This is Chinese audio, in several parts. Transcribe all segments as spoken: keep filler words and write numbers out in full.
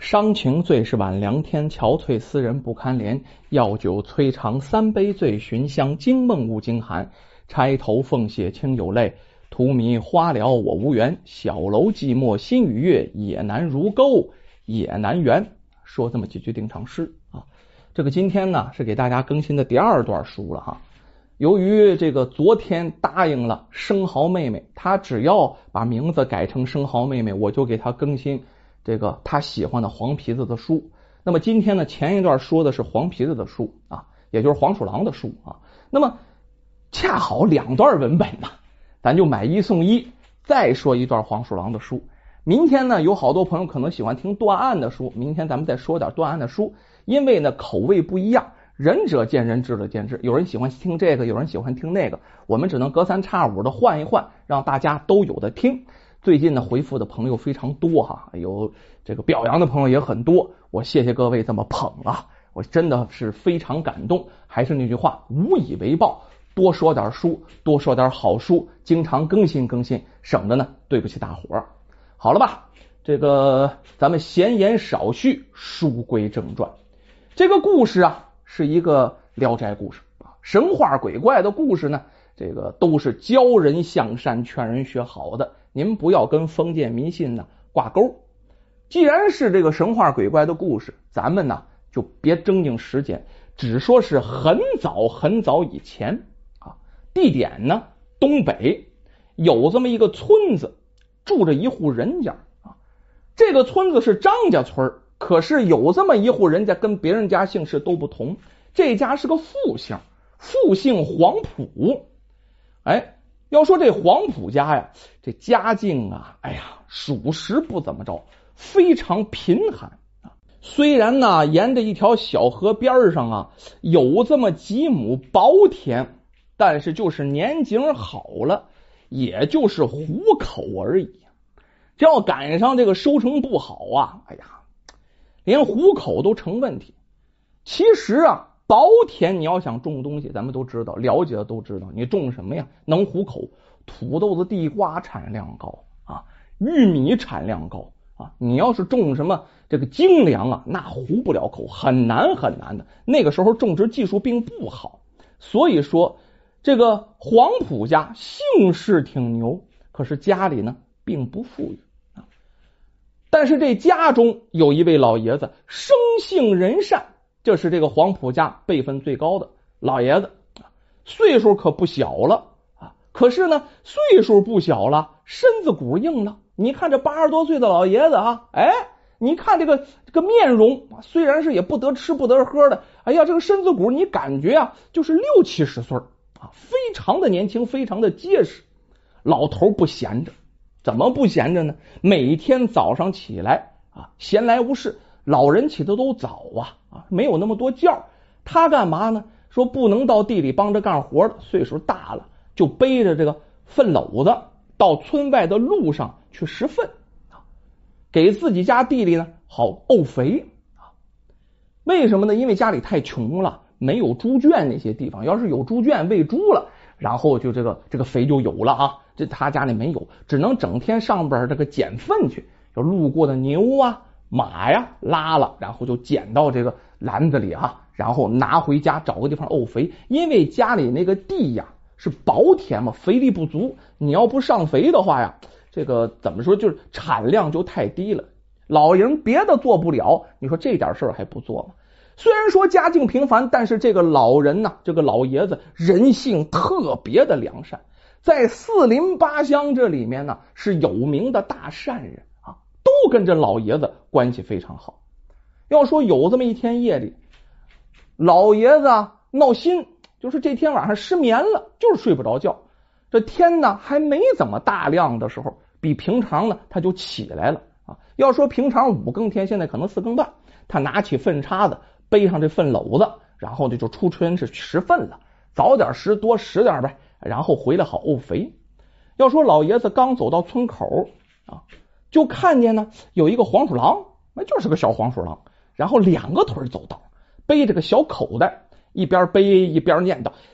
伤情最是晚凉天，憔悴思人不堪怜。药酒摧肠三杯醉，寻香惊梦误惊寒。钗头凤血清有泪，荼蘼花了我无缘。小楼寂寞心与月，也难如钩也难圆。说这么几句定场诗啊。这个今天呢是给大家更新的第二段书了哈。由于这个昨天答应了生蚝妹妹，她只要把名字改成生蚝妹妹，我就给她更新这个她喜欢的黄皮子的书。那么今天呢，前一段说的是黄皮子的书啊，也就是黄鼠狼的书啊。那么恰好两段文本呢，咱就买一送一，再说一段黄鼠狼的书。明天呢，有好多朋友可能喜欢听断案的书，明天咱们再说点断案的书，因为呢口味不一样，仁者见仁，智者见智，有人喜欢听这个，有人喜欢听那个，我们只能隔三差五的换一换，让大家都有的听。最近呢回复的朋友非常多哈，有这个表扬的朋友也很多，我谢谢各位这么捧啊，我真的是非常感动。还是那句话，无以为报，多说点书，多说点好书，经常更新更新，省得呢对不起大伙儿。好了吧，这个咱们闲言少叙，书归正传。这个故事啊是一个聊斋故事啊，神话鬼怪的故事呢，这个都是教人向善，劝人学好的，您不要跟封建迷信呢挂钩。既然是这个神话鬼怪的故事，咱们呢就别争硬时间，只说是很早很早以前啊。地点呢东北，有这么一个村子，住着一户人家啊。这个村子是张家村，可是有这么一户人家跟别人家姓氏都不同，这家是个复姓，复姓黄埔。哎，要说这黄埔家呀，这家境啊，哎呀，属实不怎么着，非常贫寒啊。虽然呢，沿着一条小河边上啊，有这么几亩薄田，但是就是年景好了，也就是糊口而已。只要赶上这个收成不好啊，哎呀，连糊口都成问题。其实啊，薄田你要想种东西，咱们都知道，了解的都知道，你种什么呀能糊口？土豆子、地瓜产量高啊，玉米产量高啊。你要是种什么这个精粮啊，那糊不了口，很难很难的。那个时候种植技术并不好，所以说这个黄埔家姓氏挺牛，可是家里呢并不富裕啊。但是这家中有一位老爷子，生性仁善，这是这个黄埔家辈分最高的老爷子，岁数可不小了啊。可是呢，岁数不小了，身子骨硬了。你看这八十多岁的老爷子啊，哎，你看这个这个面容，虽然是也不得吃不得喝的，哎呀，这个身子骨你感觉啊，就是六七十岁啊，非常的年轻，非常的结实。老头不闲着，怎么不闲着呢？每天早上起来啊，闲来无事，老人起得都早啊啊，没有那么多觉，他干嘛呢？说不能到地里帮着干活的，岁数大了，就背着这个粪篓子到村外的路上去拾粪啊，给自己家地里呢好沤肥啊。为什么呢？因为家里太穷了，没有猪圈那些地方，要是有猪圈喂猪了，然后就这个这个肥就有了啊。这他家里没有，只能整天上边这个捡粪去，就路过的牛啊马呀拉了，然后就捡到这个篮子里啊，然后拿回家找个地方沤肥。因为家里那个地呀是薄田嘛，肥力不足，你要不上肥的话呀，这个怎么说，就是产量就太低了。老人别的做不了，你说这点事儿还不做吗？虽然说家境平凡，但是这个老人呢，这个老爷子人性特别的良善，在四邻八乡这里面呢是有名的大善人啊，都跟这老爷子关系非常好。要说有这么一天夜里，老爷子啊闹心，就是这天晚上失眠了，就是睡不着觉。这天呢还没怎么大亮的时候，比平常呢他就起来了啊。要说平常五更天，现在可能四更半，他拿起粪叉子，背上这粪篓子，然后就出村去拾粪了，早点拾多拾点呗，然后回来好沤肥。要说老爷子刚走到村口啊，就看见呢有一个黄鼠狼，那就是个小黄鼠狼，然后两个腿走道，背着个小口袋，一边背一边念叨：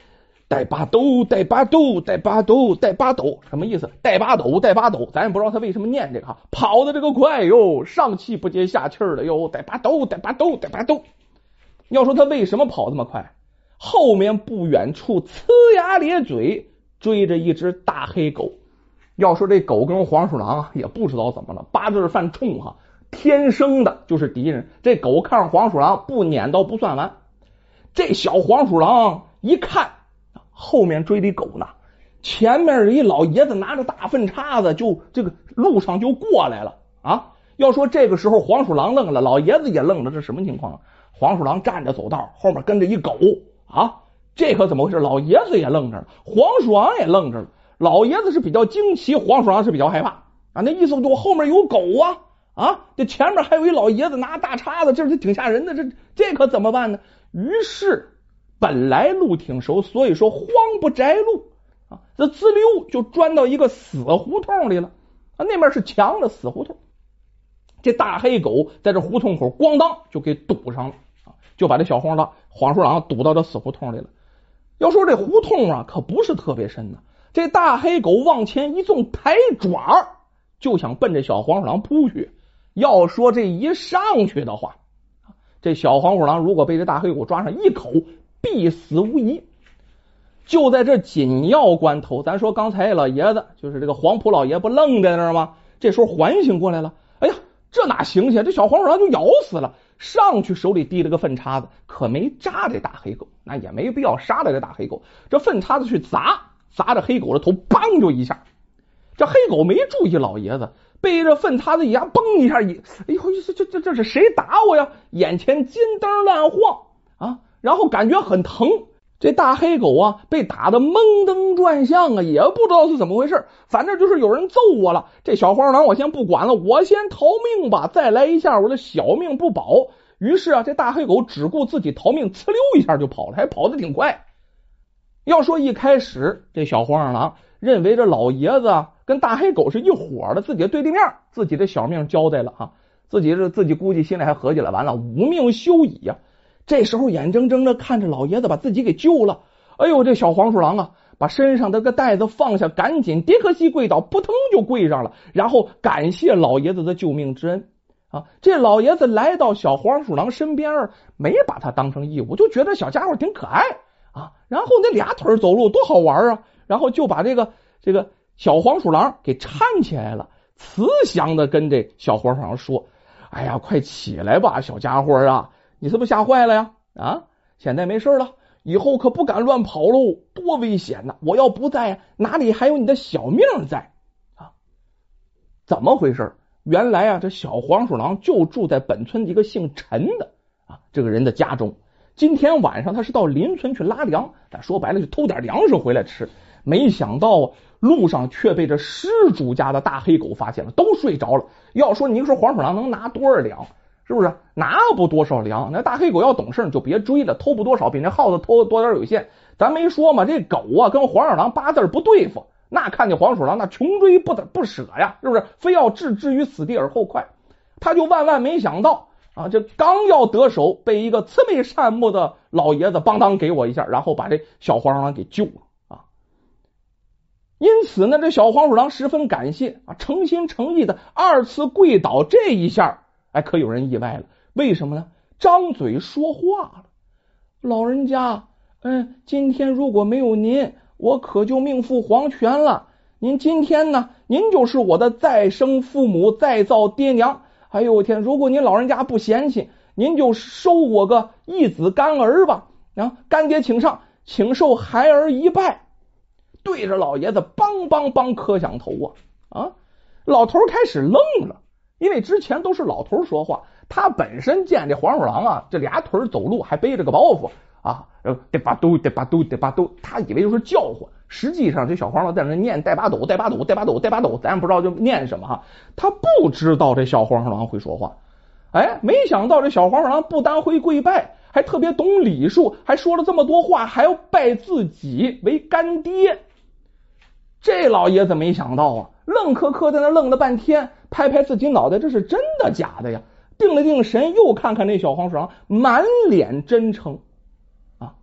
带把斗，带把斗，带把斗，带把斗，什么意思？带把斗，带把斗，咱也不知道他为什么念这个哈，跑的这个快哟，上气不接下气的哟，带把斗，带把斗，带把斗。要说他为什么跑这么快？后面不远处呲牙咧嘴追着一只大黑狗。要说这狗跟黄鼠狼啊，也不知道怎么了，八字犯冲哈，天生的就是敌人。这狗看上黄鼠狼不撵到不算完，这小黄鼠狼一看后面追的狗呢，前面一老爷子拿着大粪叉子就这个路上就过来了啊！要说这个时候黄鼠狼愣了，老爷子也愣了，这什么情况？黄鼠狼站着走道，后面跟着一狗啊，这可怎么回事？老爷子也愣着了，黄鼠狼也愣着了。老爷子是比较惊奇，黄鼠狼是比较害怕啊。那意思就我后面有狗啊啊，这前面还有一老爷子拿大叉子，这是挺吓人的，这这可怎么办呢？于是本来路挺熟，所以说荒不摘路啊，这滋溜就钻到一个死胡同里了啊，那面是墙的死胡同。这大黑狗在这胡同口咣当就给堵上了啊，就把这小黄狼黄鼠狼堵到这死胡同里了。要说这胡同啊，可不是特别深呢。这大黑狗往前一纵，抬爪就想奔着小黄鼠狼扑去。要说这一上去的话，这小黄鼠狼如果被这大黑狗抓上一口，必死无疑。就在这紧要关头，咱说刚才老爷子就是这个黄埔老爷不愣在那儿吗？这时候缓醒过来了，哎呀，这哪行去？这小黄鼠狼就咬死了。上去手里提了个粪叉子，可没扎这大黑狗，那也没必要杀了这大黑狗。这粪叉子去砸。砸着黑狗的头，梆就一下，这黑狗没注意老爷子，被这粪叉子一压，嘣一下一，哎呦，这这这这是谁打我呀？眼前金灯乱晃啊，然后感觉很疼。这大黑狗啊，被打得蒙登转向啊，也不知道是怎么回事，反正就是有人揍我了。这小黄狼我先不管了，我先逃命吧，再来一下我的小命不保。于是啊，这大黑狗只顾自己逃命，呲溜一下就跑了，还跑得挺快。要说一开始这小黄鼠狼认为这老爷子跟大黑狗是一伙的，自己的对立面，自己的小命交代了啊，自己是自己估计心里还合计了，完了无命休矣呀、啊。这时候眼睁睁的看着老爷子把自己给救了，哎呦，这小黄鼠狼啊，把身上的个袋子放下，赶紧跌磕膝跪倒，扑腾就跪上了，然后感谢老爷子的救命之恩啊。这老爷子来到小黄鼠狼身边，没把他当成异物，就觉得小家伙挺可爱啊，然后那俩腿走路多好玩啊，然后就把这个这个小黄鼠狼给搀起来了，慈祥的跟这小黄鼠狼说：“哎呀，快起来吧，小家伙啊，你是不是吓坏了呀？啊，现在没事了，以后可不敢乱跑喽，多危险呐！我要不在，哪里还有你的小命在啊？”怎么回事？原来啊，这小黄鼠狼就住在本村一个姓陈的啊这个人的家中。今天晚上他是到邻村去拉粮，但说白了就偷点粮食回来吃，没想到路上却被这失主家的大黑狗发现了，都睡着了。要说你说黄鼠狼能拿多少粮，是不是拿不多少粮？那大黑狗要懂事你就别追了，偷不多少比那耗子偷多点有限。咱没说嘛，这狗啊跟黄鼠狼八字不对付，那看见黄鼠狼那穷追不得不舍呀，是不是非要置之于死地而后快？他就万万没想到啊，这刚要得手，被一个慈眉善目的老爷子邦当给我一下，然后把这小黄鼠狼给救了啊！因此呢，这小黄鼠狼十分感谢啊，诚心诚意的二次跪倒，这一下哎，可有人意外了，为什么呢？张嘴说话了，老人家，嗯，今天如果没有您，我可就命赴黄泉了。您今天呢，您就是我的再生父母，再造爹娘。哎呦我天！如果您老人家不嫌弃，您就收我个一子干儿吧！啊，干爹请上，请受孩儿一拜。对着老爷子梆梆梆磕响头啊！啊，老头开始愣了，因为之前都是老头说话，他本身见这黄鼠狼啊，这俩腿走路还背着个包袱啊，得把兜得把兜得把兜，他以为就是叫唤。实际上这小黄狼在那念带把斗带把斗带把斗带把斗，咱不知道就念什么哈，他不知道这小黄狼会说话。哎，没想到这小黄狼不单会跪拜，还特别懂礼数，还说了这么多话，还要拜自己为干爹。这老爷子没想到啊，愣磕磕在那愣了半天，拍拍自己脑袋，这是真的假的呀？定了定神，又看看那小黄鼠狼，满脸真诚啊。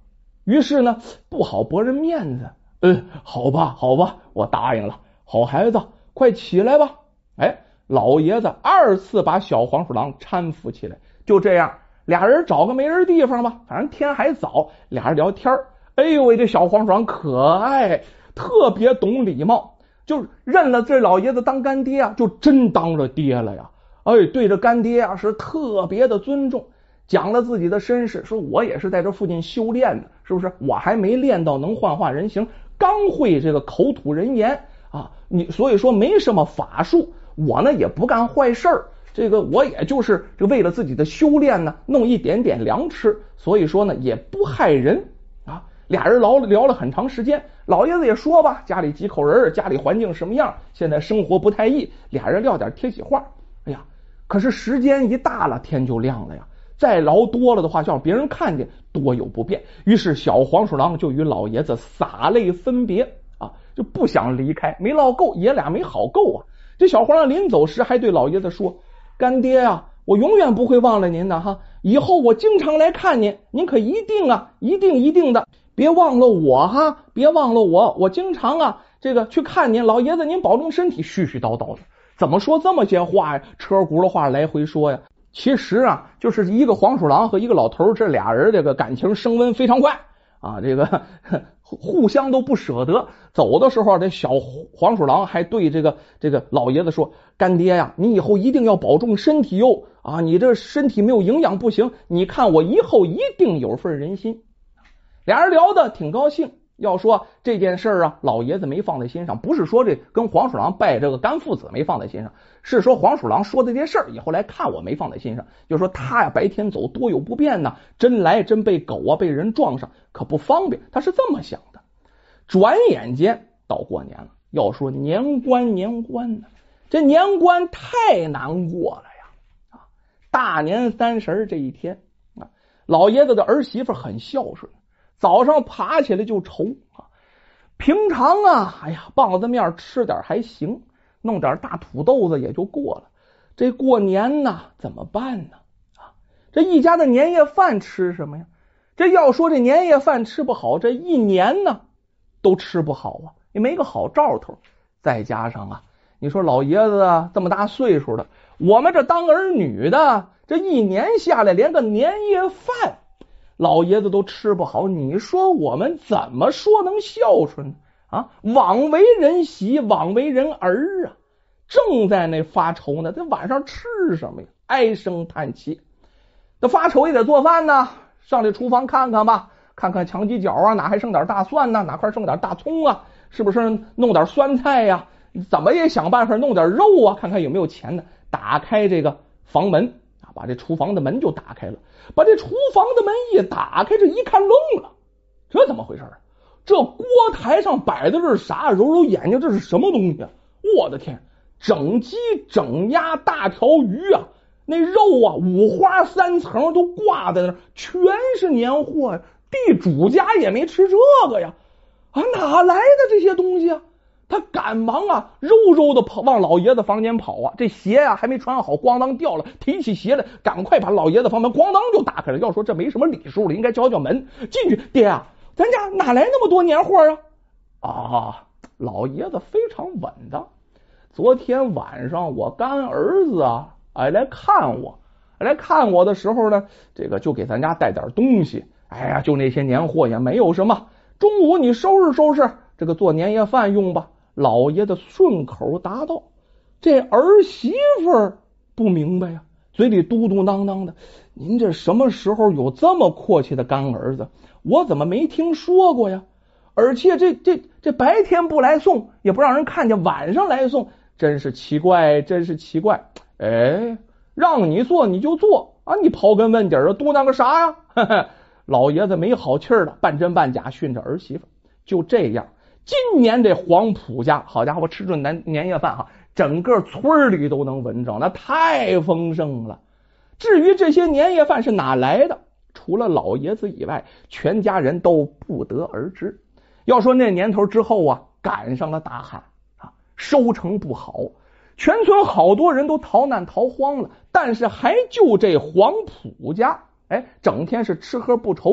于是呢，不好驳人面子，嗯，好吧，好吧，我答应了。好孩子，快起来吧。哎，老爷子二次把小黄鼠狼搀扶起来，就这样，俩人找个没人地方吧，反正天还早，俩人聊天。哎呦喂，这小黄鼠狼可爱，特别懂礼貌，就认了这老爷子当干爹啊，就真当了爹了呀。哎，对着干爹啊是特别的尊重，讲了自己的身世，说我也是在这附近修炼的，是不是？我还没练到能幻化人形，刚会这个口吐人言啊，你所以说没什么法术，我呢也不干坏事儿，这个我也就是这为了自己的修炼呢，弄一点点粮吃，所以说呢也不害人啊。俩人聊聊了很长时间，老爷子也说吧，家里几口人，家里环境什么样，现在生活不太易，俩人撂点贴喜话。哎呀，可是时间一大了，天就亮了呀。再聊多了的话，就让别人看见，多有不便。于是小黄鼠狼就与老爷子洒泪分别啊，就不想离开，没唠够，爷俩没好够啊。这小黄狼临走时还对老爷子说：“干爹啊，我永远不会忘了您的哈，以后我经常来看您，您可一定啊，一定一定的别忘了我哈，别忘了我，我经常啊这个去看您，老爷子您保重身体。”絮絮叨叨的，怎么说这么些话呀？车轱辘话来回说呀。其实啊，就是一个黄鼠狼和一个老头，这俩人这个感情升温非常快啊，这个互相都不舍得。走的时候，这小黄鼠狼还对这个这个老爷子说：“干爹呀，你以后一定要保重身体哟啊，你这身体没有营养不行，你看我以后一定有份人心。”俩人聊得挺高兴。要说这件事啊，老爷子没放在心上，不是说这跟黄鼠狼拜这个干父子没放在心上，是说黄鼠狼说的这些事儿以后来看我没放在心上，就说他呀白天走多有不便呢，真来真被狗啊被人撞上可不方便，他是这么想的。转眼间到过年了，要说年关年关呢，这年关太难过了呀！啊，大年三十这一天啊，老爷子的儿媳妇很孝顺。早上爬起来就愁啊，平常啊，哎呀，棒子面吃点还行，弄点大土豆子也就过了。这过年呢，怎么办呢？啊，这一家的年夜饭吃什么呀？这要说这年夜饭吃不好，这一年呢都吃不好啊，也没个好兆头。再加上啊，你说老爷子啊这么大岁数的，我们这当儿女的，这一年下来连个年夜饭老爷子都吃不好，你说我们怎么说能孝顺啊？枉为人媳，枉为人儿啊！正在那发愁呢，这晚上吃什么呀？唉声叹气。这发愁也得做饭呢，上这厨房看看吧，看看墙犄角啊，哪还剩点大蒜呢？哪块剩点大葱啊？是不是弄点酸菜呀？怎么也想办法弄点肉啊？看看有没有钱呢？打开这个房门啊，把这厨房的门就打开了。把这厨房的门一打开，这一看愣了，这怎么回事啊？这锅台上摆的这是啥？揉揉眼睛，这是什么东西啊？我的天，整鸡整鸭大条鱼啊，那肉啊五花三层都挂在那儿，全是年货呀！地主家也没吃这个呀，啊，哪来的这些东西啊？他赶忙啊，肉肉的跑往老爷子房间跑啊，这鞋啊还没穿好，咣当掉了，提起鞋来，赶快把老爷子房门咣当就打开了。要说这没什么礼数了，应该敲敲门进去。爹啊，咱家哪来那么多年货啊？啊，老爷子非常稳当。昨天晚上我干儿子啊，哎来看我，来看我的时候呢，这个就给咱家带点东西。哎呀，就那些年货也没有什么。中午你收拾收拾，这个做年夜饭用吧。老爷子顺口答道。这儿媳妇不明白呀，嘴里嘟嘟囔囔的：“您这什么时候有这么阔气的干儿子？我怎么没听说过呀？而且这这这白天不来送，也不让人看见，晚上来送，真是奇怪，真是奇怪。哎，让你做你就做啊，你刨根问底儿嘟囔个啥呀？”呵呵，老爷子没好气儿了，半真半假训着儿媳妇。就这样，今年这黄埔家，好家伙，吃顿年年夜饭哈，整个村里都能闻着，那太丰盛了。至于这些年夜饭是哪来的，除了老爷子以外，全家人都不得而知。要说那年头之后啊，赶上了大旱啊，收成不好，全村好多人都逃难逃荒了，但是还就这黄埔家，哎，整天是吃喝不愁，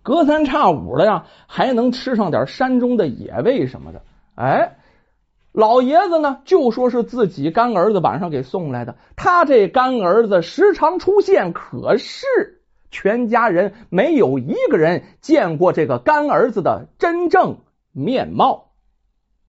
隔三差五的呀，还能吃上点山中的野味什么的。哎，老爷子呢就说是自己干儿子晚上给送来的，他这干儿子时常出现，可是全家人没有一个人见过这个干儿子的真正面貌。